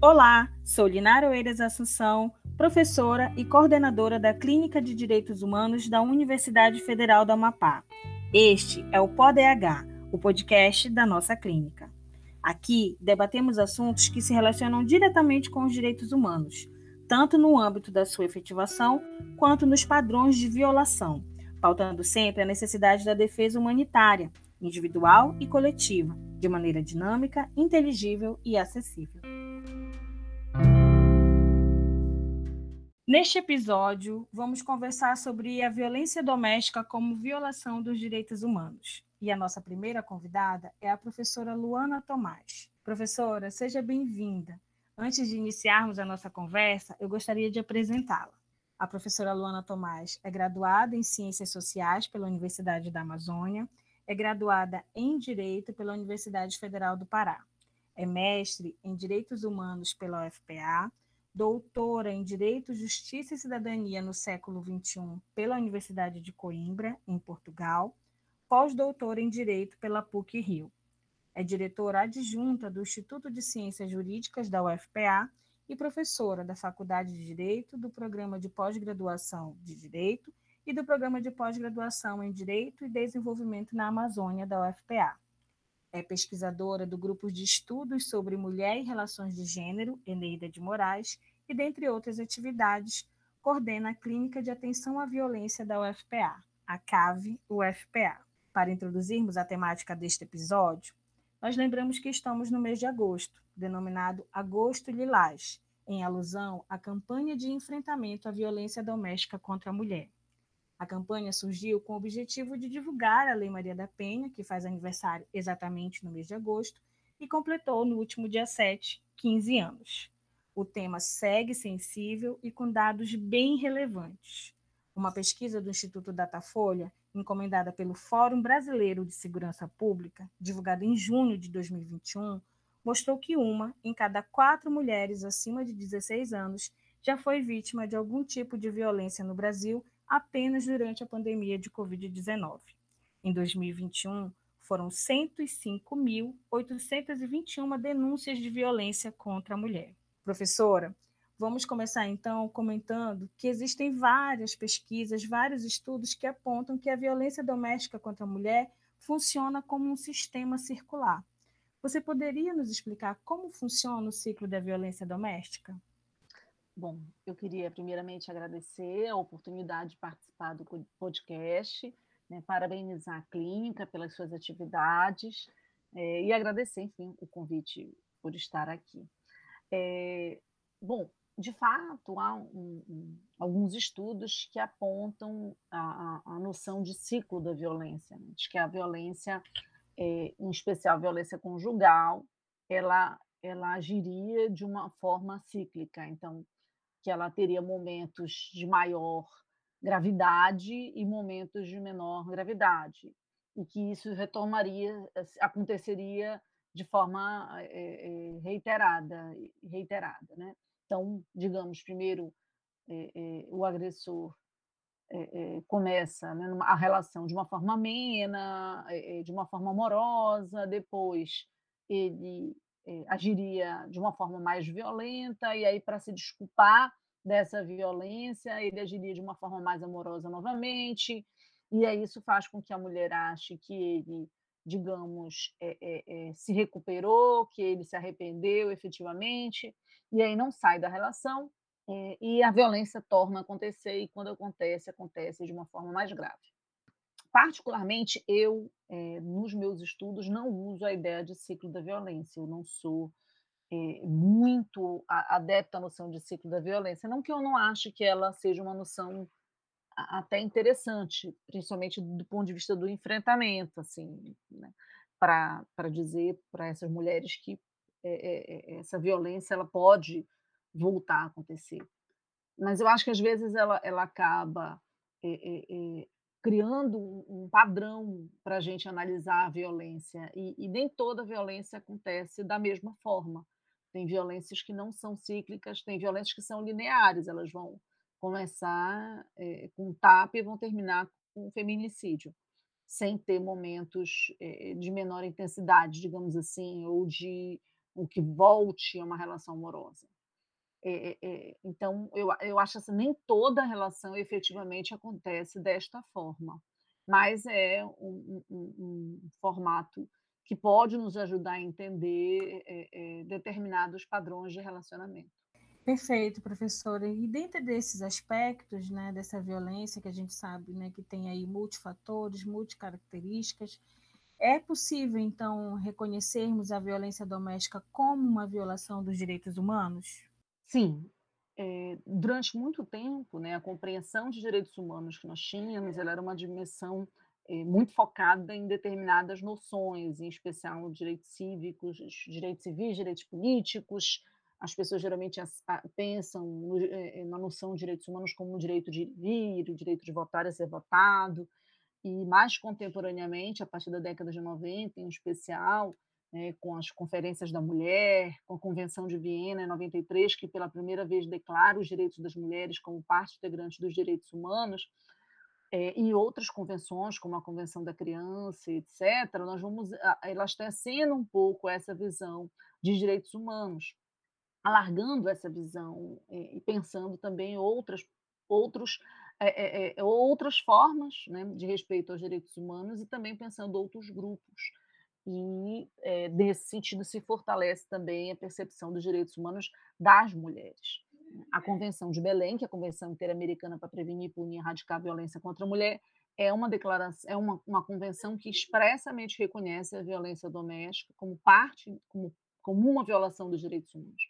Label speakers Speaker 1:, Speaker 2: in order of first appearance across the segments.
Speaker 1: Olá, sou Linara Oeiras Assunção, professora e coordenadora da Clínica de Direitos Humanos da Universidade Federal do Amapá. Este é o PodEH, o podcast da nossa clínica. Aqui debatemos assuntos que se relacionam diretamente com os direitos humanos, tanto no âmbito da sua efetivação quanto nos padrões de violação, pautando sempre a necessidade da defesa humanitária, individual e coletiva, de maneira dinâmica, inteligível e acessível. Neste episódio, vamos conversar sobre a violência doméstica como violação dos direitos humanos. E a nossa primeira convidada é a professora Luana Tomás. Professora, seja bem-vinda. Antes de iniciarmos a nossa conversa, eu gostaria de apresentá-la. A professora Luana Tomás é graduada em Ciências Sociais pela Universidade da Amazônia, é graduada em Direito pela Universidade Federal do Pará, é mestre em Direitos Humanos pela UFPA, doutora em Direito, Justiça e Cidadania no século XXI pela Universidade de Coimbra, em Portugal, pós-doutora em Direito pela PUC-Rio. É diretora adjunta do Instituto de Ciências Jurídicas da UFPA e professora da Faculdade de Direito, do Programa de Pós-Graduação de Direito e do Programa de Pós-Graduação em Direito e Desenvolvimento na Amazônia da UFPA. É pesquisadora do Grupo de Estudos sobre Mulher e Relações de Gênero, Eneida de Moraes, e, dentre outras atividades, coordena a Clínica de Atenção à Violência da UFPA, a CAVE-UFPA. Para introduzirmos a temática deste episódio, nós lembramos que estamos no mês de agosto, denominado Agosto Lilás, em alusão à campanha de enfrentamento à violência doméstica contra a mulher. A campanha surgiu com o objetivo de divulgar a Lei Maria da Penha, que faz aniversário exatamente no mês de agosto, e completou no último dia 7, 15 anos. O tema segue sensível e com dados bem relevantes. Uma pesquisa do Instituto Datafolha, encomendada pelo Fórum Brasileiro de Segurança Pública, divulgada em junho de 2021, mostrou que uma em cada 4 mulheres acima de 16 anos já foi vítima de algum tipo de violência no Brasil apenas durante a pandemia de Covid-19. Em 2021, foram 105.821 denúncias de violência contra a mulher. Professora, vamos começar então comentando que existem várias pesquisas, vários estudos que apontam que a violência doméstica contra a mulher funciona como um sistema circular. Você poderia nos explicar como funciona o ciclo da violência doméstica?
Speaker 2: Bom, eu queria primeiramente agradecer a oportunidade de participar do podcast, né, parabenizar a clínica pelas suas atividades, e agradecer, enfim, o convite por estar aqui. Bom, de fato, há alguns estudos que apontam a noção de ciclo da violência, né, de que a violência, em especial a violência conjugal, ela agiria de uma forma cíclica. Então, que ela teria momentos de maior gravidade e momentos de menor gravidade, e que isso aconteceria de forma reiterada, né? Então, digamos, primeiro o agressor começa, né, a relação de uma forma amena, de uma forma amorosa, depois ele agiria de uma forma mais violenta, e aí, para se desculpar dessa violência, ele agiria de uma forma mais amorosa novamente, e aí isso faz com que a mulher ache que ele, digamos, se recuperou, que ele se arrependeu efetivamente, e aí não sai da relação, e a violência torna a acontecer, e quando acontece, acontece de uma forma mais grave. Particularmente, eu, nos meus estudos, não uso a ideia de ciclo da violência, eu não sou muito adepta à noção de ciclo da violência, não que eu não ache que ela seja uma noção até interessante, principalmente do ponto de vista do enfrentamento, assim, né, para dizer para essas mulheres que essa violência ela pode voltar a acontecer. Mas eu acho que às vezes ela acaba, criando um padrão para a gente analisar a violência, e nem toda violência acontece da mesma forma. Tem violências que não são cíclicas, tem violências que são lineares, elas vão começar, com um tapa e vão terminar com um feminicídio, sem ter momentos, de menor intensidade, digamos assim, ou de ou que volte a uma relação amorosa. Então eu acho assim, nem toda relação efetivamente acontece desta forma, mas é um formato que pode nos ajudar a entender, determinados padrões de relacionamento.
Speaker 1: Perfeito, professora. E dentro desses aspectos, né, dessa violência que a gente sabe, né, que tem aí multifatores, multicaracterísticas, é possível, então, reconhecermos a violência doméstica como uma violação dos direitos humanos?
Speaker 2: Sim, durante muito tempo, né, a compreensão de direitos humanos que nós tínhamos, ela era uma dimensão, muito focada em determinadas noções, em especial direitos cívicos, direitos civis, direitos políticos. As pessoas geralmente pensam na noção de direitos humanos como o direito de vir, o direito de votar e ser votado. E mais contemporaneamente, a partir da década de 90, em especial, com as conferências da mulher, com a Convenção de Viena em 93, que pela primeira vez declara os direitos das mulheres como parte integrante dos direitos humanos, e outras convenções, como a Convenção da Criança, etc., nós vamos elastecendo um pouco essa visão de direitos humanos, alargando essa visão, e pensando também outros, outras formas, né, de respeito aos direitos humanos e também pensando outros grupos. E, nesse sentido, se fortalece também a percepção dos direitos humanos das mulheres. A Convenção de Belém, que é a Convenção Interamericana para Prevenir, Punir e Erradicar a Violência contra a Mulher, é uma declaração, é uma convenção que expressamente reconhece a violência doméstica como parte, como uma violação dos direitos humanos,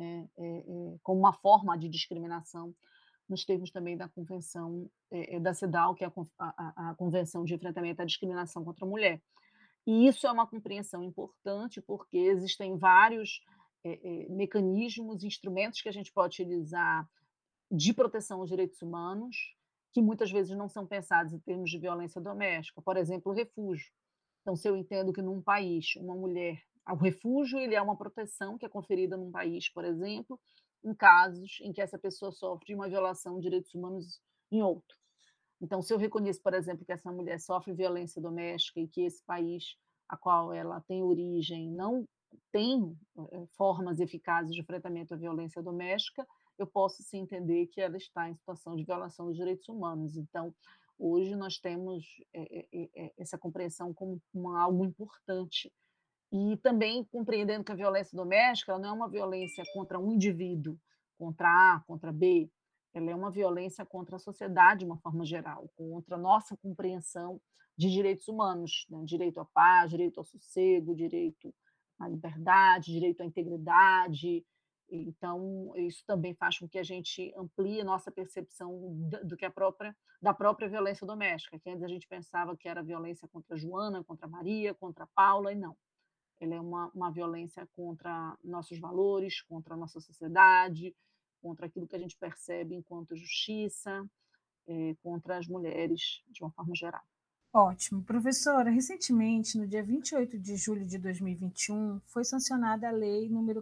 Speaker 2: como uma forma de discriminação, nos termos também da Convenção da CEDAW, que é a Convenção de Enfrentamento à Discriminação contra a Mulher. E isso é uma compreensão importante, porque existem vários mecanismos, instrumentos que a gente pode utilizar de proteção aos direitos humanos, que muitas vezes não são pensados em termos de violência doméstica. Por exemplo, o refúgio. Então, se eu entendo que num país uma mulher, o refúgio ele é uma proteção que é conferida num país, por exemplo, em casos em que essa pessoa sofre de uma violação de direitos humanos em outro. Então, se eu reconheço, por exemplo, que essa mulher sofre violência doméstica e que esse país a qual ela tem origem não tem formas eficazes de enfrentamento à violência doméstica, eu posso sim entender que ela está em situação de violação dos direitos humanos. Então, hoje nós temos essa compreensão como algo importante e também compreendendo que a violência doméstica ela não é uma violência contra um indivíduo, contra A, contra B, ela é uma violência contra a sociedade de uma forma geral, contra a nossa compreensão de direitos humanos, né? Direito à paz, direito ao sossego, direito à liberdade, direito à integridade. Então, isso também faz com que a gente amplie a nossa percepção do que da própria violência doméstica, que antes a gente pensava que era violência contra a Joana, contra a Maria, contra a Paula, e não. Ela é uma violência contra nossos valores, contra a nossa sociedade, contra aquilo que a gente percebe enquanto justiça, contra as mulheres de uma forma geral.
Speaker 1: Ótimo. Professora, recentemente, no dia 28 de julho de 2021, foi sancionada a Lei número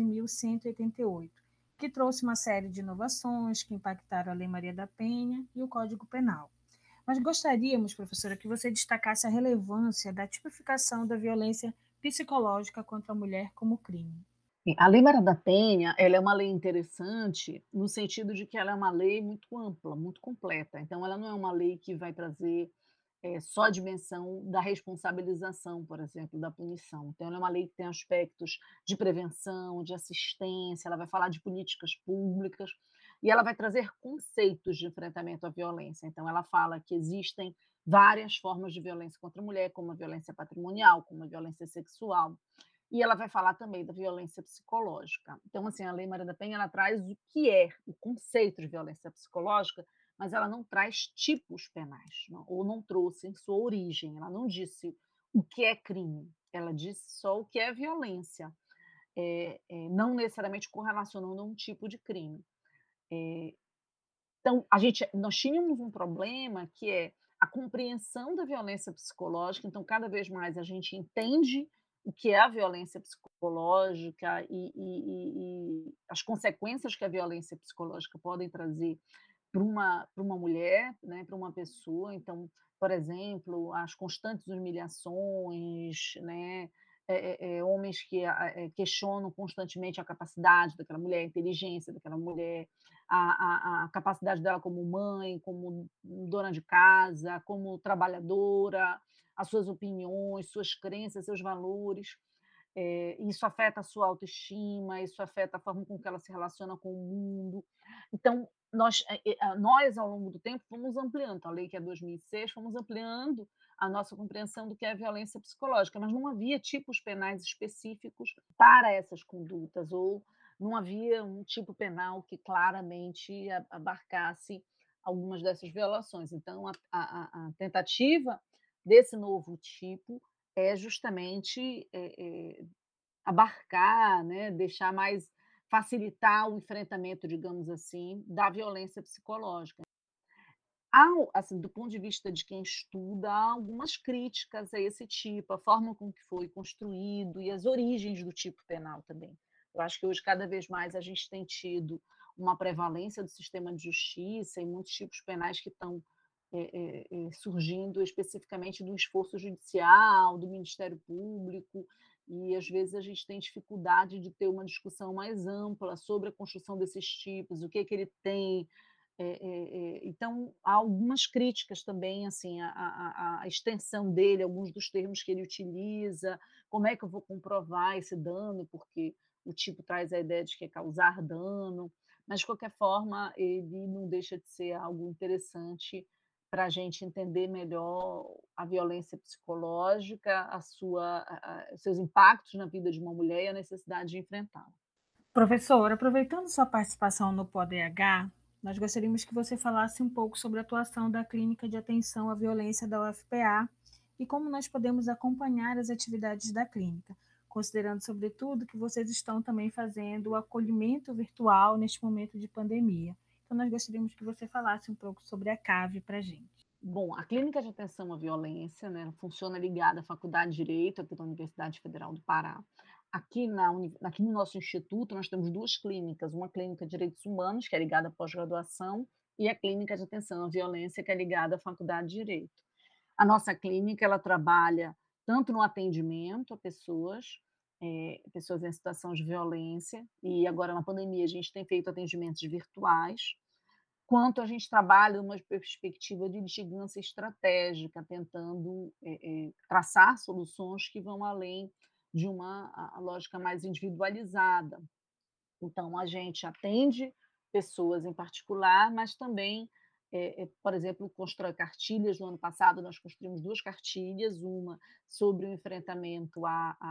Speaker 1: 14.188, que trouxe uma série de inovações que impactaram a Lei Maria da Penha e o Código Penal. Mas gostaríamos, professora, que você destacasse a relevância da tipificação da violência psicológica contra a mulher como crime.
Speaker 2: A Lei Maria da Penha, ela é uma lei interessante no sentido de que ela é uma lei muito ampla, muito completa. Então ela não é uma lei que vai trazer só a dimensão da responsabilização, por exemplo, da punição. Então ela é uma lei que tem aspectos de prevenção, de assistência, ela vai falar de políticas públicas e ela vai trazer conceitos de enfrentamento à violência. Então ela fala que existem várias formas de violência contra a mulher, como a violência patrimonial, como a violência sexual, e ela vai falar também da violência psicológica. Então, assim, a Lei Maria da Penha, ela traz o conceito de violência psicológica, mas ela não traz tipos penais, não, ou não trouxe em sua origem, ela não disse o que é crime, ela disse só o que é violência, não necessariamente correlacionando a um tipo de crime. Então, nós tínhamos um problema que é a compreensão da violência psicológica, então cada vez mais a gente entende o que é a violência psicológica e as consequências que a violência psicológica podem trazer para uma mulher, né, para uma pessoa. Então, por exemplo, as constantes humilhações, né, homens que questionam constantemente a capacidade daquela mulher, a inteligência daquela mulher, a capacidade dela como mãe, como dona de casa, como trabalhadora, as suas opiniões, suas crenças, seus valores. Isso afeta a sua autoestima, isso afeta a forma com que ela se relaciona com o mundo. Então, nós ao longo do tempo, fomos ampliando. Então, a lei que é 2006, fomos ampliando a nossa compreensão do que é violência psicológica, mas não havia tipos penais específicos para essas condutas, ou não havia um tipo penal que claramente abarcasse algumas dessas violações. Então, a tentativa desse novo tipo é justamente abarcar, né, deixar mais facilitar o enfrentamento, digamos assim, da violência psicológica. Assim, do ponto de vista de quem estuda, há algumas críticas a esse tipo, a forma com que foi construído e as origens do tipo penal também. Eu acho que hoje, cada vez mais, a gente tem tido uma prevalência do sistema de justiça e muitos tipos penais que estão surgindo especificamente do esforço judicial, do Ministério Público, e às vezes a gente tem dificuldade de ter uma discussão mais ampla sobre a construção desses tipos, o que é que ele tem, então, há algumas críticas também, assim, à extensão dele, alguns dos termos que ele utiliza, como é que eu vou comprovar esse dano, porque o tipo traz a ideia de que é causar dano, mas, de qualquer forma, ele não deixa de ser algo interessante para a gente entender melhor a violência psicológica, os seus impactos na vida de uma mulher e a necessidade de enfrentá-la.
Speaker 1: Professor, aproveitando sua participação no PODH, nós gostaríamos que você falasse um pouco sobre a atuação da Clínica de Atenção à Violência da UFPA e como nós podemos acompanhar as atividades da clínica, considerando, sobretudo, que vocês estão também fazendo o acolhimento virtual neste momento de pandemia. Então, nós gostaríamos que você falasse um pouco sobre a CAVE para a gente.
Speaker 2: Bom, a Clínica de Atenção à Violência, né, ela funciona ligada à Faculdade de Direito aqui da Universidade Federal do Pará. Aqui no nosso instituto, nós temos 2 clínicas, uma clínica de direitos humanos, que é ligada à pós-graduação, e a clínica de atenção à violência, que é ligada à Faculdade de Direito. A nossa clínica, ela trabalha tanto no atendimento a pessoas em situação de violência, e agora na pandemia a gente tem feito atendimentos virtuais, quanto a gente trabalha numa perspectiva de litigância estratégica, tentando, traçar soluções que vão além de uma a lógica mais individualizada. Então, a gente atende pessoas em particular, mas também, por exemplo, constrói cartilhas. No ano passado, nós construímos 2 cartilhas, uma sobre o enfrentamento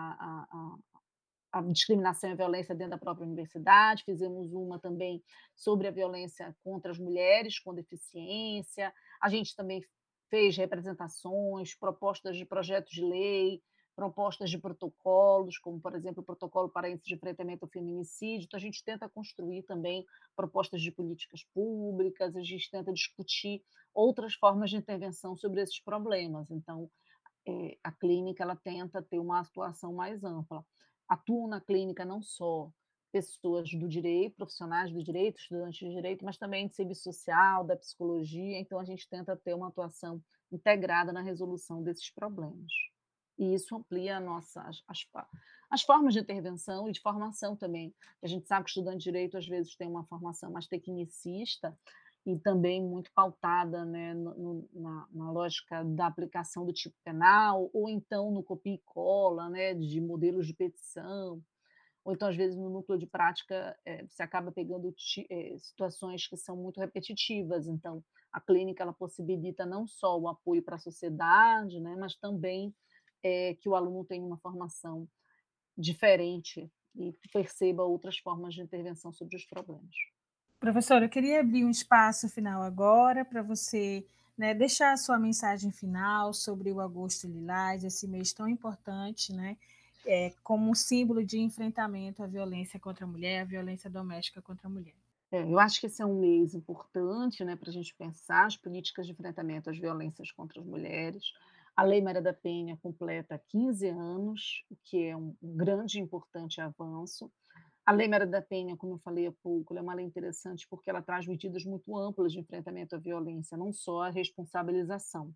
Speaker 2: à discriminação e à violência dentro da própria universidade, fizemos uma também sobre a violência contra as mulheres com deficiência, a gente também fez representações, propostas de projetos de lei, propostas de protocolos, como, por exemplo, o Protocolo Paraense de Enfrentamento ao Feminicídio. Então, a gente tenta construir também propostas de políticas públicas, a gente tenta discutir outras formas de intervenção sobre esses problemas. Então, a clínica, ela tenta ter uma atuação mais ampla. Atuam na clínica não só pessoas do direito, profissionais do direito, estudantes de direito, mas também de serviço social, da psicologia. Então, a gente tenta ter uma atuação integrada na resolução desses problemas. E isso amplia as formas de intervenção e de formação também. A gente sabe que o estudante de direito, às vezes, tem uma formação mais tecnicista e também muito pautada, né, na lógica da aplicação do tipo penal, ou então no copia e cola, né, de modelos de petição, ou então, às vezes, no núcleo de prática, você acaba pegando situações que são muito repetitivas. Então, a clínica, ela possibilita não só o apoio para a sociedade, né, mas também que o aluno tenha uma formação diferente e perceba outras formas de intervenção sobre os problemas.
Speaker 1: Professora, eu queria abrir um espaço final agora para você, né, deixar a sua mensagem final sobre o Agosto Lilás, esse mês tão importante, né, como um símbolo de enfrentamento à violência contra a mulher, à violência doméstica contra a mulher.
Speaker 2: Eu acho que esse é um mês importante, né, para a gente pensar as políticas de enfrentamento às violências contra as mulheres. A Lei Maria da Penha completa 15 anos, o que é um grande e importante avanço. A Lei Maria da Penha, como eu falei há pouco, ela é uma lei interessante porque ela traz medidas muito amplas de enfrentamento à violência, não só a responsabilização.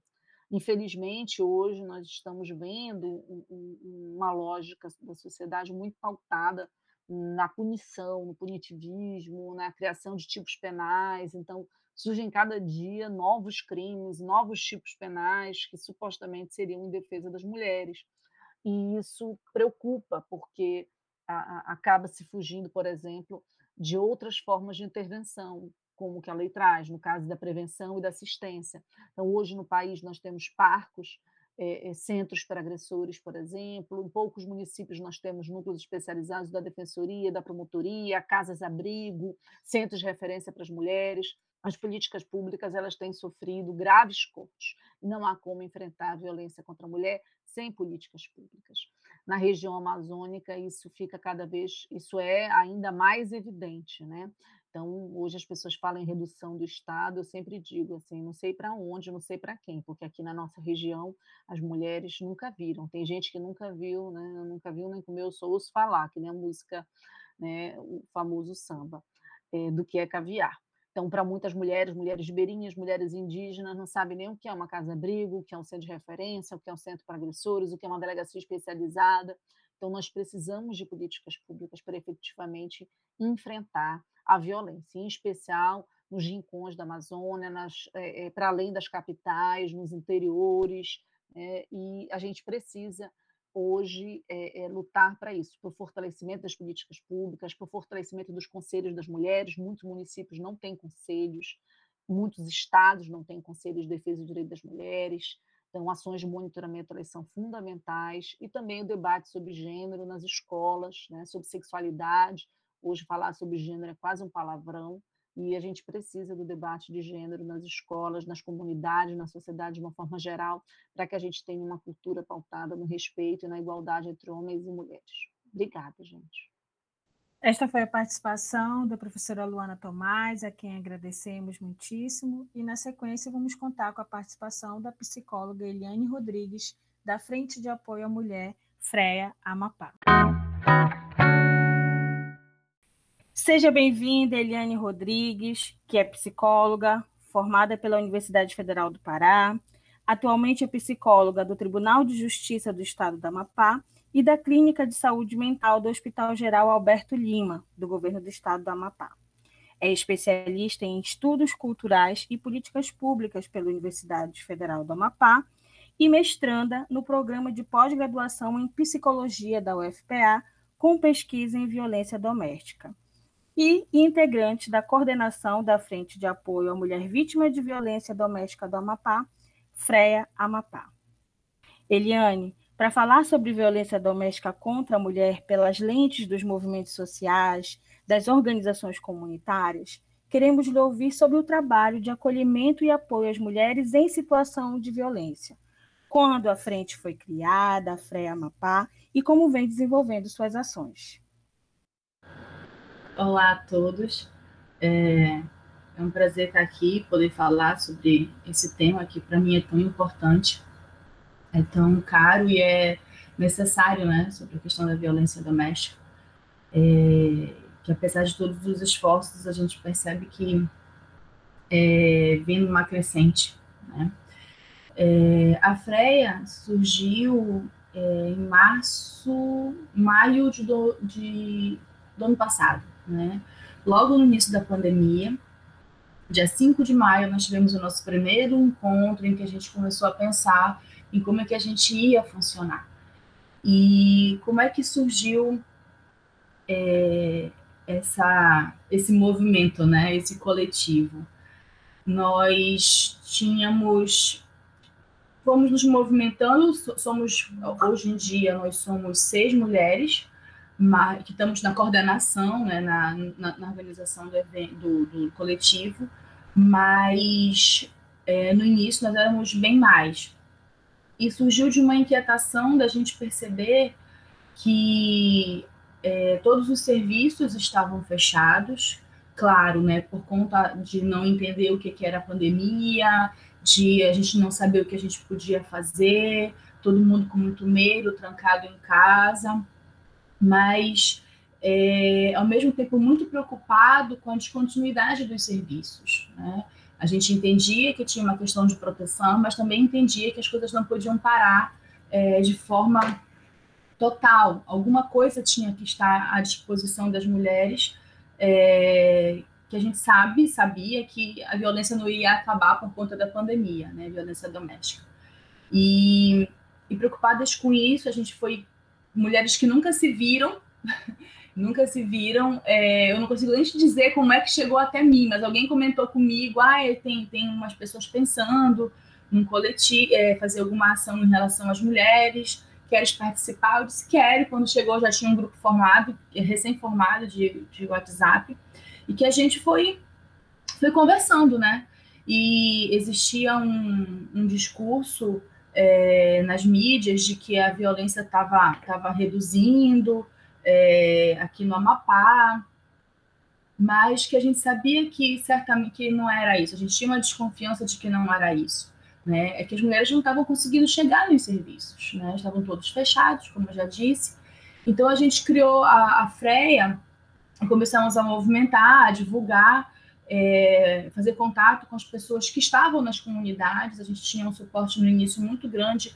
Speaker 2: Infelizmente, hoje nós estamos vendo uma lógica da sociedade muito pautada na punição, no punitivismo, na criação de tipos penais. Então, surgem cada dia novos crimes, novos tipos penais que supostamente seriam em defesa das mulheres. E isso preocupa, porque acaba se fugindo, por exemplo, de outras formas de intervenção, como que a lei traz, no caso da prevenção e da assistência. Então, hoje no país nós temos parcos, centros para agressores, por exemplo, em poucos municípios nós temos núcleos especializados da defensoria, da promotoria, casas-abrigo, centros de referência para as mulheres. As políticas públicas elas têm sofrido graves cortes. Não há como enfrentar a violência contra a mulher sem políticas públicas. Na região amazônica isso é ainda mais evidente, né? Então, hoje as pessoas falam em redução do Estado, eu sempre digo assim, não sei para onde, não sei para quem, porque aqui na nossa região as mulheres nunca viram. Tem gente que nunca viu, né? Nunca viu nem comeu, só ouço falar, que nem a música, né? O famoso samba, do que é caviar. Então, para muitas mulheres, mulheres ribeirinhas, mulheres indígenas, não sabem nem o que é uma casa-abrigo, o que é um centro de referência, o que é um centro para agressores, o que é uma delegacia especializada. Então, nós precisamos de políticas públicas para efetivamente enfrentar a violência, em especial nos rincões da Amazônia, para além das capitais, nos interiores, e a gente precisa hoje lutar para isso, para o fortalecimento das políticas públicas, para o fortalecimento dos conselhos das mulheres. Muitos municípios não têm conselhos, muitos estados não têm conselhos de defesa do direito das mulheres. Então, ações de monitoramento elas são fundamentais, e também o debate sobre gênero nas escolas, né, sobre sexualidade. Hoje, falar sobre gênero é quase um palavrão, e a gente precisa do debate de gênero nas escolas, nas comunidades, na sociedade de uma forma geral, para que a gente tenha uma cultura pautada no respeito e na igualdade entre homens e mulheres. Obrigada, gente.
Speaker 1: Esta foi a participação da professora Luana Tomás, a quem agradecemos muitíssimo, e na sequência vamos contar com a participação da psicóloga Eliane Rodrigues, da Frente de Apoio à Mulher, FREA Amapá. Seja bem-vinda, Eliane Rodrigues, que é psicóloga, formada pela Universidade Federal do Pará, atualmente é psicóloga do Tribunal de Justiça do Estado do Amapá e da Clínica de Saúde Mental do Hospital Geral Alberto Lima, do Governo do Estado do Amapá. É especialista em estudos culturais e políticas públicas pela Universidade Federal do Amapá e mestranda no programa de pós-graduação em psicologia da UFPA, com pesquisa em violência doméstica, e integrante da coordenação da Frente de Apoio à Mulher Vítima de Violência Doméstica do Amapá, FREA Amapá. Eliane, para falar sobre violência doméstica contra a mulher pelas lentes dos movimentos sociais, das organizações comunitárias, queremos lhe ouvir sobre o trabalho de acolhimento e apoio às mulheres em situação de violência. Quando a frente foi criada, a FREA Amapá, e como vem desenvolvendo suas ações.
Speaker 3: Olá a todos, é um prazer estar aqui, poder falar sobre esse tema que para mim é tão importante, é tão caro e é necessário, né, sobre a questão da violência doméstica, que apesar de todos os esforços, a gente percebe que vem numa crescente, né. A FREA surgiu em maio do ano passado, né? Logo no início da pandemia, dia 5 de maio, nós tivemos o nosso primeiro encontro em que a gente começou a pensar em como é que a gente ia funcionar. E como é que surgiu esse movimento, né? Esse coletivo. Nós fomos nos movimentando, hoje em dia nós somos 6 mulheres, que estamos na coordenação, né, na organização do coletivo, mas no início nós éramos bem mais. E surgiu de uma inquietação da gente perceber que todos os serviços estavam fechados, claro, né, por conta de não entender o que era a pandemia, de a gente não saber o que a gente podia fazer, todo mundo com muito medo, trancado em casa, mas ao mesmo tempo muito preocupado com a descontinuidade dos serviços, né? A gente entendia que tinha uma questão de proteção, mas também entendia que as coisas não podiam parar de forma total. Alguma coisa tinha que estar à disposição das mulheres, que a gente sabia que a violência não ia acabar por conta da pandemia, né? Violência doméstica. E preocupadas com isso, a gente foi mulheres que nunca se viram, eu não consigo nem te dizer como é que chegou até mim, mas alguém comentou comigo, tem umas pessoas pensando num coletivo, fazer alguma ação em relação às mulheres, queres participar? Eu disse, quero, e quando chegou já tinha um grupo formado, recém-formado de WhatsApp, e que a gente foi conversando, né? E existia um discurso nas mídias de que a violência estava reduzindo aqui no Amapá, mas que a gente sabia que certamente que não era isso. A gente tinha uma desconfiança de que não era isso. Né? É que as mulheres não estavam conseguindo chegar nos serviços, né? Estavam todos fechados, como eu já disse. Então a gente criou a FREA e começamos a movimentar, a divulgar, fazer contato com as pessoas que estavam nas comunidades. A gente tinha um suporte no início muito grande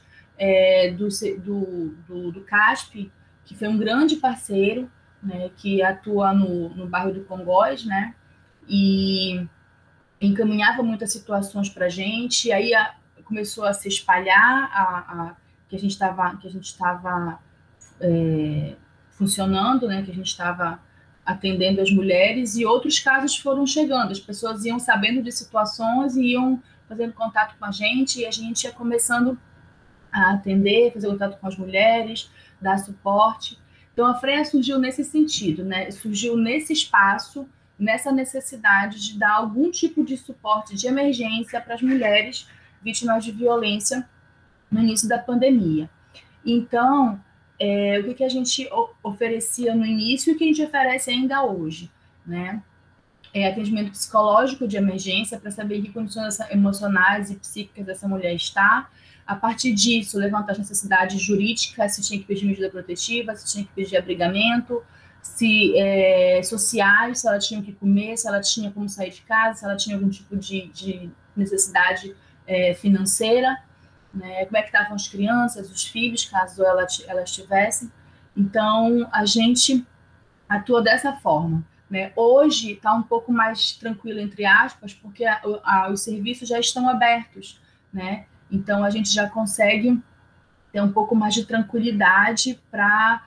Speaker 3: do CASP, que foi um grande parceiro, né, que atua no bairro do Congós, né, e encaminhava muitas situações para a gente. E aí começou a se espalhar que a gente estava funcionando, né, que a gente estava atendendo as mulheres, e outros casos foram chegando. As pessoas iam sabendo de situações e iam fazendo contato com a gente, e a gente ia começando a atender, fazer contato com as mulheres, dar suporte. Então, a FREA surgiu nesse sentido, né? Surgiu nesse espaço, nessa necessidade de dar algum tipo de suporte de emergência para as mulheres vítimas de violência no início da pandemia. Então, o que a gente oferecia no início e o que a gente oferece ainda hoje, né? Atendimento psicológico de emergência para saber em que condições emocionais e psíquicas essa mulher está. A partir disso, levantar as necessidades jurídicas, se tinha que pedir medida protetiva, se tinha que pedir abrigamento, se sociais, se ela tinha o que comer, se ela tinha como sair de casa, se ela tinha algum tipo de necessidade financeira, né? Como é que estavam as crianças, os filhos, caso elas tivessem. Então, a gente atua dessa forma. Né? Hoje está um pouco mais tranquilo, entre aspas, porque os serviços já estão abertos, né? Então, a gente já consegue ter um pouco mais de tranquilidade para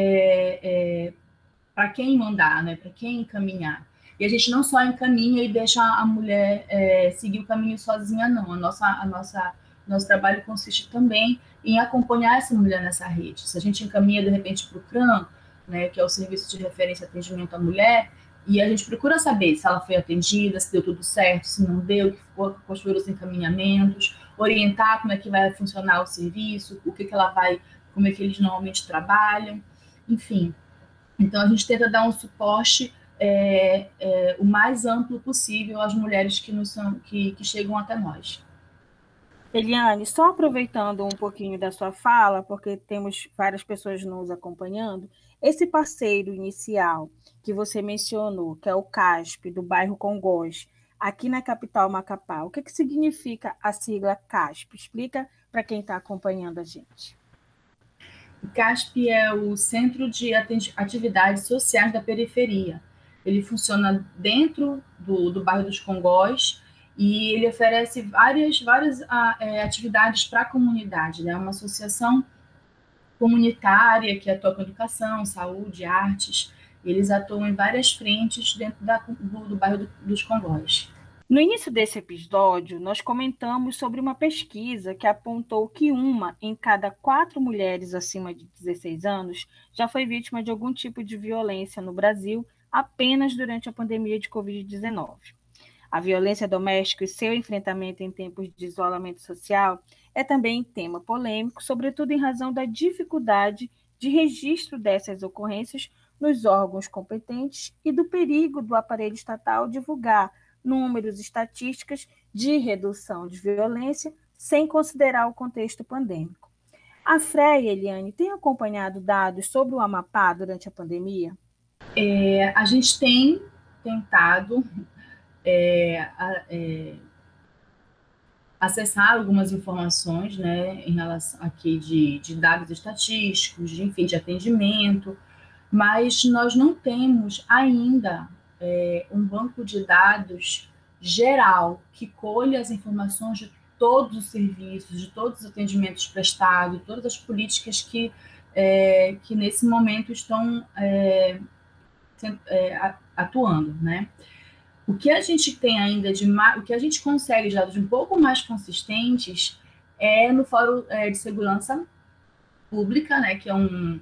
Speaker 3: quem mandar, né? Para quem encaminhar. E a gente não só encaminha e deixa a mulher seguir o caminho sozinha, não. Nosso trabalho consiste também em acompanhar essa mulher nessa rede. Se a gente encaminha, de repente, para o CRAM, né, que é o Serviço de Referência e Atendimento à Mulher, e a gente procura saber se ela foi atendida, se deu tudo certo, se não deu, quais foram os encaminhamentos, orientar como é que vai funcionar o serviço, como é que eles normalmente trabalham, enfim. Então, a gente tenta dar um suporte o mais amplo possível às mulheres que chegam até nós.
Speaker 1: Eliane, só aproveitando um pouquinho da sua fala, porque temos várias pessoas nos acompanhando, esse parceiro inicial que você mencionou, que é o CASP, do bairro Congós, aqui na capital Macapá, o que significa a sigla CASP? Explica para quem está acompanhando a gente.
Speaker 3: O CASP é o Centro de Atividades Sociais da Periferia. Ele funciona dentro do bairro dos Congós, e ele oferece várias atividades para a comunidade, né? Uma associação comunitária que atua com educação, saúde, artes. Eles atuam em várias frentes dentro do bairro dos Congós.
Speaker 1: No início desse episódio, nós comentamos sobre uma pesquisa que apontou que 1 em cada 4 mulheres acima de 16 anos já foi vítima de algum tipo de violência no Brasil apenas durante a pandemia de Covid-19. A violência doméstica e seu enfrentamento em tempos de isolamento social é também tema polêmico, sobretudo em razão da dificuldade de registro dessas ocorrências nos órgãos competentes e do perigo do aparelho estatal divulgar números, estatísticas de redução de violência sem considerar o contexto pandêmico. A FREA, Eliane, tem acompanhado dados sobre o Amapá durante a pandemia?
Speaker 3: A gente tem tentado acessar algumas informações, né, em relação aqui de dados estatísticos, enfim, de atendimento, mas nós não temos ainda um banco de dados geral que colhe as informações de todos os serviços, de todos os atendimentos prestados, todas as políticas que nesse momento estão atuando, né? O que a gente tem ainda o que a gente consegue de dados um pouco mais consistentes é no Fórum de Segurança Pública, né, que é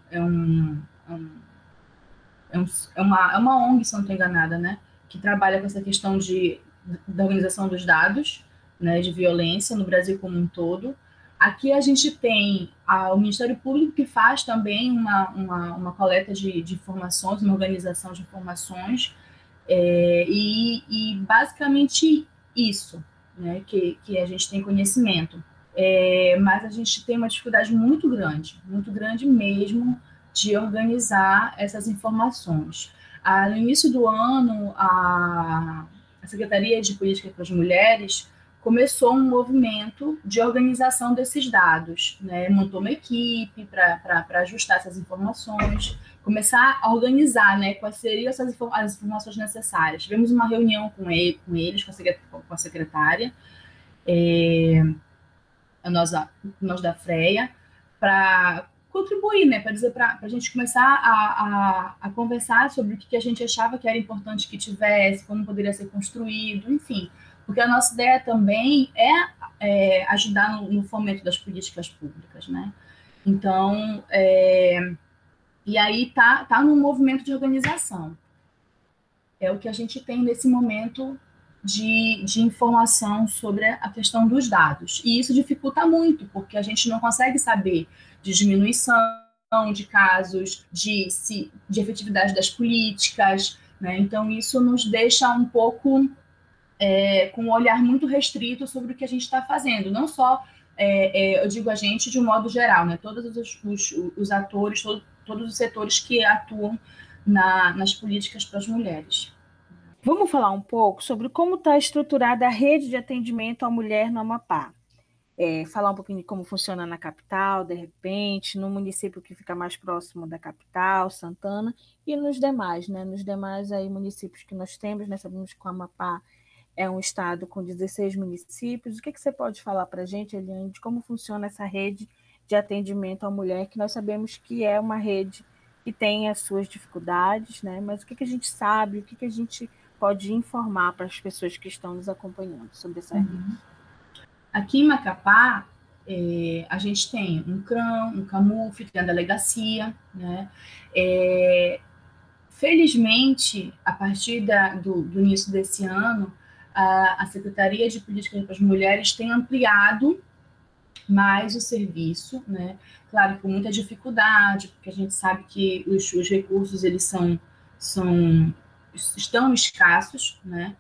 Speaker 3: uma ONG, se não estou enganada, né, que trabalha com essa questão da organização dos dados, né, de violência no Brasil como um todo. Aqui a gente tem o Ministério Público, que faz também uma coleta de informações, uma organização de informações, e basicamente isso, né, que a gente tem conhecimento. Mas a gente tem uma dificuldade muito grande mesmo, de organizar essas informações. No início do ano, a Secretaria de Política para as Mulheres começou um movimento de organização desses dados, né? Montou uma equipe para ajustar essas informações, começar a organizar, né, quais seriam as informações necessárias. Tivemos uma reunião com eles, com a secretária, nós da FREA, para contribuir, né, para dizer, para a gente começar a conversar sobre o que a gente achava que era importante que tivesse, como poderia ser construído, enfim. Porque a nossa ideia também é ajudar no fomento das políticas públicas, né? Então, e aí tá num movimento de organização. É o que a gente tem nesse momento de informação sobre a questão dos dados. E isso dificulta muito, porque a gente não consegue saber de diminuição de casos, de efetividade das políticas, né? Então, isso nos deixa um pouco com um olhar muito restrito sobre o que a gente está fazendo. Não só, eu digo a gente de um modo geral, né? Todos os atores, todos os setores que atuam nas políticas para as mulheres.
Speaker 1: Vamos falar um pouco sobre como está estruturada a rede de atendimento à mulher no Amapá. Falar um pouquinho de como funciona na capital, de repente, no município que fica mais próximo da capital, Santana, e nos demais, né? Nos demais aí, municípios que nós temos, né? Sabemos que o Amapá é um estado com 16 municípios. O que você pode falar para a gente, Eliane, de como funciona essa rede de atendimento à mulher, que nós sabemos que é uma rede que tem as suas dificuldades, né? Mas o que a gente sabe, o que a gente pode informar para as pessoas que estão nos acompanhando sobre essa rede?
Speaker 3: Aqui em Macapá, a gente tem um CRAM, um CAMUF, tem a delegacia, né? Felizmente, a partir do início desse ano, a Secretaria de Política para as Mulheres tem ampliado mais o serviço, né? Claro, com muita dificuldade, porque a gente sabe que os recursos eles estão escassos, né?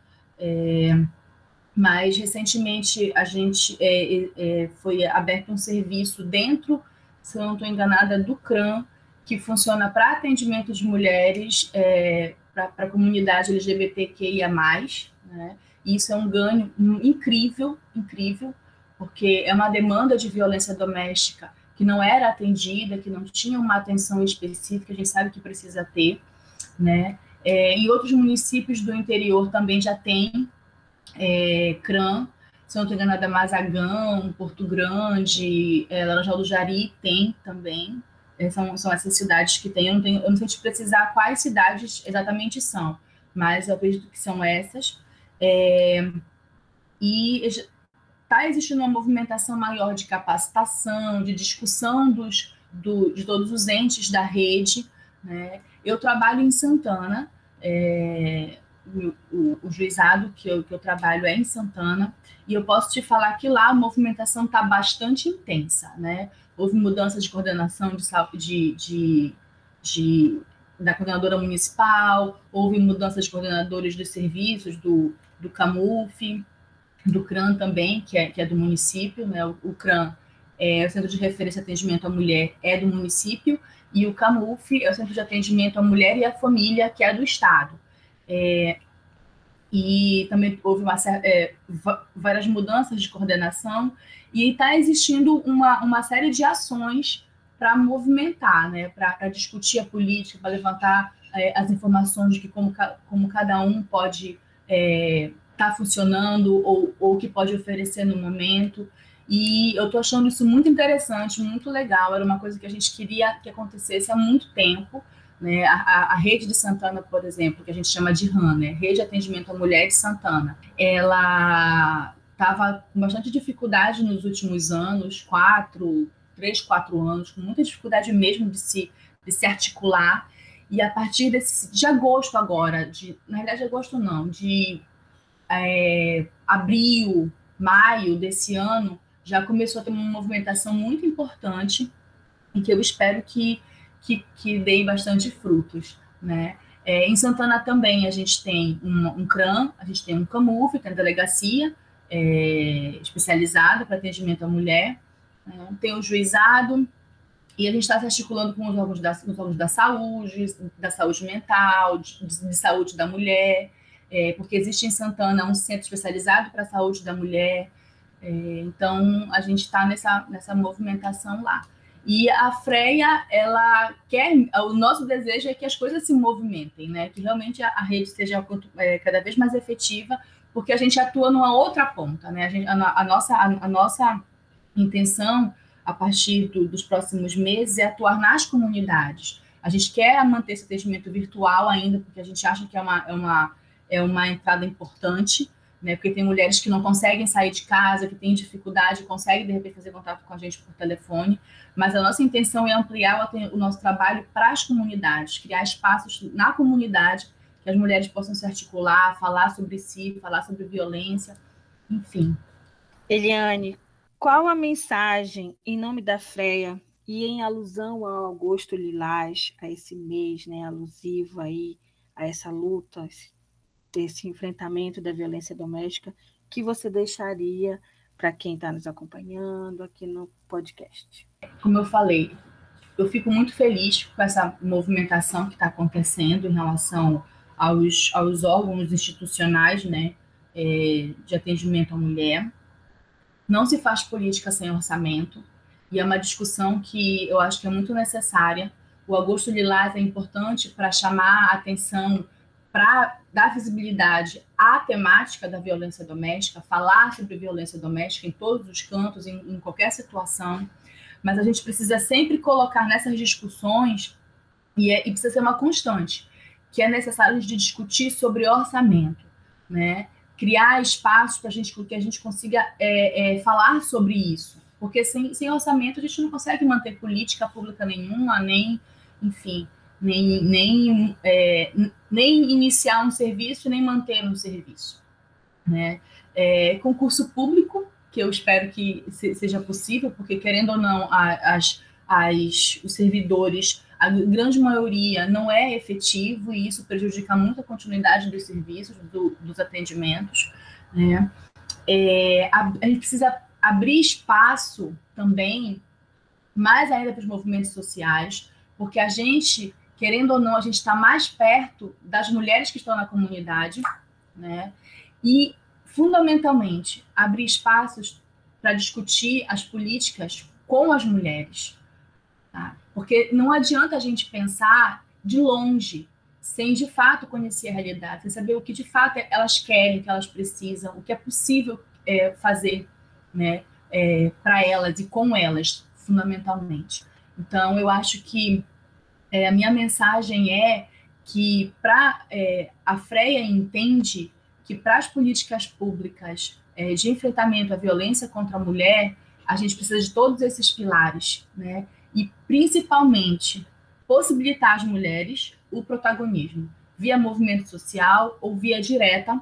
Speaker 3: Mas recentemente a gente foi aberto um serviço dentro, se eu não estou enganada, do CRAM, que funciona para atendimento de mulheres para a comunidade LGBTQIA+, né? E isso é um ganho incrível, porque é uma demanda de violência doméstica que não era atendida, que não tinha uma atenção específica, a gente sabe que precisa ter, né? Em outros municípios do interior também já tem CRAM, se não estou enganada, Mazagão, Porto Grande, Laranjal do Jari tem também. São essas cidades que tem. Eu não sei te precisar quais cidades exatamente são, mas eu acredito que são essas. E está existindo uma movimentação maior de capacitação, de discussão de todos os entes da rede, né? Eu trabalho em Santana, o juizado que eu trabalho é em Santana, e eu posso te falar que lá a movimentação está bastante intensa, né? Houve mudança de coordenação da coordenadora municipal, houve mudança de coordenadores dos serviços, do CAMUF, do CRAM também, que é do município, né? O CRAM é o Centro de Referência e Atendimento à Mulher, é do município, e o CAMUF é o Centro de Atendimento à Mulher e à Família, que é do Estado. e também houve várias mudanças de coordenação, e está existindo uma série de ações para movimentar, né, para discutir a política, para levantar as informações de que como cada um pode estar funcionando ou o que pode oferecer no momento. E eu estou achando isso muito interessante, muito legal. Era uma coisa que a gente queria que acontecesse há muito tempo, né? A Rede de Santana, por exemplo, que a gente chama de RAN, né? Rede de Atendimento à Mulher de Santana, ela estava com bastante dificuldade nos últimos anos, 3, 4 anos, com muita dificuldade mesmo de se articular. E a partir de agosto agora, na verdade agosto não, de abril, maio desse ano, já começou a ter uma movimentação muito importante e que eu espero que dê bastante frutos, né? Em Santana também a gente tem um CRAM, a gente tem um CAMUV, que é a delegacia especializada para atendimento à mulher, né? Tem o juizado, e a gente está se articulando com os órgãos da saúde mental, de saúde da mulher, porque existe em Santana um centro especializado para a saúde da mulher, então a gente está nessa movimentação lá. E a Freia, ela o nosso desejo é que as coisas se movimentem, né? Que realmente a rede seja cada vez mais efetiva, porque a gente atua numa outra ponta, né? A nossa intenção, a partir dos próximos meses, é atuar nas comunidades. A gente quer manter esse atendimento virtual ainda, porque a gente acha que é uma entrada importante, né? Porque tem mulheres que não conseguem sair de casa, que têm dificuldade, conseguem, de repente, fazer contato com a gente por telefone, mas a nossa intenção é ampliar o nosso trabalho para as comunidades, criar espaços na comunidade que as mulheres possam se articular, falar sobre si, falar sobre violência, enfim.
Speaker 1: Eliane, qual a mensagem em nome da Freia e em alusão ao Agosto Lilás, a esse mês, né, alusivo aí a essa luta, esse enfrentamento da violência doméstica, que você deixaria para quem está nos acompanhando aqui no podcast?
Speaker 3: Como eu falei, eu fico muito feliz com essa movimentação que está acontecendo em relação aos órgãos institucionais, né, de atendimento à mulher. Não se faz política sem orçamento, e é uma discussão que eu acho que é muito necessária. O Agosto Lilás é importante para chamar a atenção, para dar visibilidade à temática da violência doméstica, falar sobre violência doméstica em todos os cantos, em qualquer situação, mas a gente precisa sempre colocar nessas discussões, e precisa ser uma constante, que é necessário de discutir sobre orçamento, né? Criar espaços para que a gente consiga falar sobre isso, porque sem orçamento a gente não consegue manter política pública nenhuma, nem, enfim, nem iniciar um serviço, nem manter um serviço, né? Concurso público, que eu espero que seja possível, porque, querendo ou não, os servidores, a grande maioria não é efetivo, e isso prejudica muito a continuidade dos serviços, dos atendimentos, né? A gente precisa abrir espaço também, mais ainda para os movimentos sociais, porque a gente, querendo ou não, a gente está mais perto das mulheres que estão na comunidade, né? E, fundamentalmente, abrir espaços para discutir as políticas com as mulheres, tá? Porque não adianta a gente pensar de longe, sem de fato conhecer a realidade, sem saber o que de fato elas querem, o que elas precisam, o que é possível fazer, né, para elas e com elas, fundamentalmente. Então, eu acho que a minha mensagem é que a Freia entende que para as políticas públicas de enfrentamento à violência contra a mulher, a gente precisa de todos esses pilares, né? E, principalmente, possibilitar às mulheres o protagonismo, via movimento social ou via direta,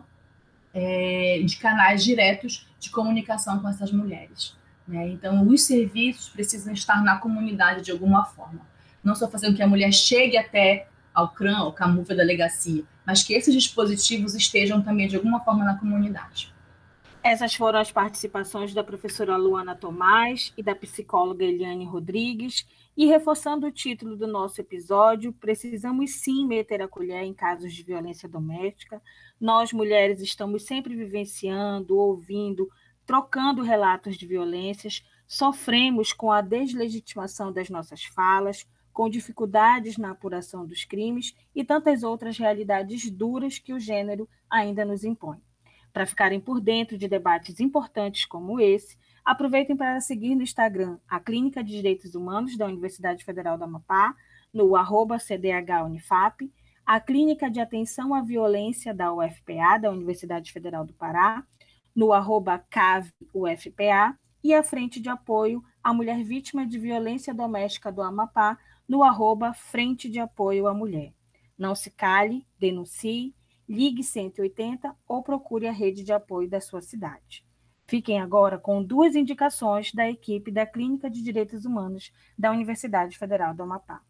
Speaker 3: de canais diretos de comunicação com essas mulheres, né? Então, os serviços precisam estar na comunidade de alguma forma. Não só fazendo que a mulher chegue até ao CRAM, ao CAMUV, a delegacia, mas que esses dispositivos estejam também, de alguma forma, na comunidade.
Speaker 1: Essas foram as participações da professora Luana Tomás e da psicóloga Eliane Rodrigues. E reforçando o título do nosso episódio, precisamos sim meter a colher em casos de violência doméstica. Nós, mulheres, estamos sempre vivenciando, ouvindo, trocando relatos de violências, sofremos com a deslegitimação das nossas falas, com dificuldades na apuração dos crimes e tantas outras realidades duras que o gênero ainda nos impõe. Para ficarem por dentro de debates importantes como esse, aproveitem para seguir no Instagram a Clínica de Direitos Humanos da Universidade Federal do Amapá, no @CDHUnifap, a Clínica de Atenção à Violência da UFPA, da Universidade Federal do Pará, no @CAVUFPA, e a Frente de Apoio à Mulher Vítima de Violência Doméstica do Amapá, no @Frente de Apoio à Mulher. Não se cale, denuncie, ligue 180 ou procure a rede de apoio da sua cidade. Fiquem agora com 2 indicações da equipe da Clínica de Direitos Humanos da Universidade Federal do Amapá.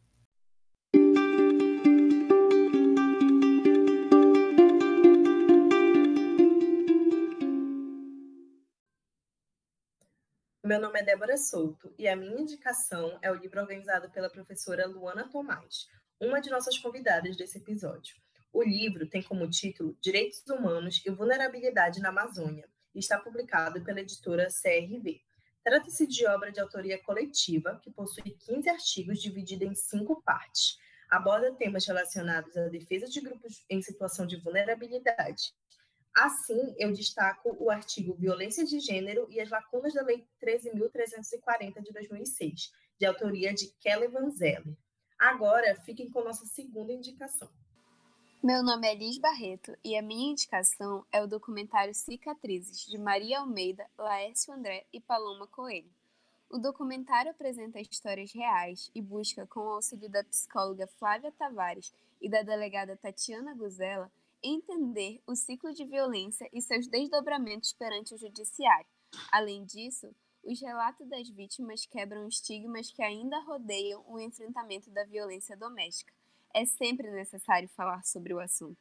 Speaker 4: Meu nome é Débora Souto e a minha indicação é o livro organizado pela professora Luana Tomás, uma de nossas convidadas desse episódio. O livro tem como título Direitos Humanos e Vulnerabilidade na Amazônia e está publicado pela editora CRV. Trata-se de obra de autoria coletiva que possui 15 artigos divididos em 5 partes. Aborda temas relacionados à defesa de grupos em situação de vulnerabilidade. Assim, eu destaco o artigo Violência de Gênero e as lacunas da Lei 13.340 de 2006, de autoria de Kelly Van Zeller. Agora, fiquem com nossa segunda indicação.
Speaker 5: Meu nome é Liz Barreto e a minha indicação é o documentário Cicatrizes, de Maria Almeida, Laércio André e Paloma Coelho. O documentário apresenta histórias reais e busca, com o auxílio da psicóloga Flávia Tavares e da delegada Tatiana Guzella, entender o ciclo de violência e seus desdobramentos perante o judiciário. Além disso, os relatos das vítimas quebram estigmas que ainda rodeiam o enfrentamento da violência doméstica. É sempre necessário falar sobre o assunto.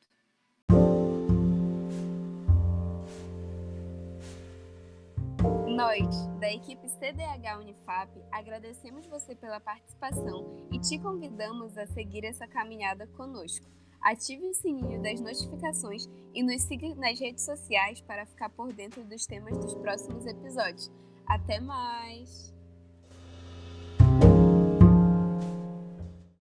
Speaker 5: Nós, da equipe CDH Unifap, agradecemos você pela participação e te convidamos a seguir essa caminhada conosco. Ative o sininho das notificações e nos siga nas redes sociais para ficar por dentro dos temas dos próximos episódios. Até mais!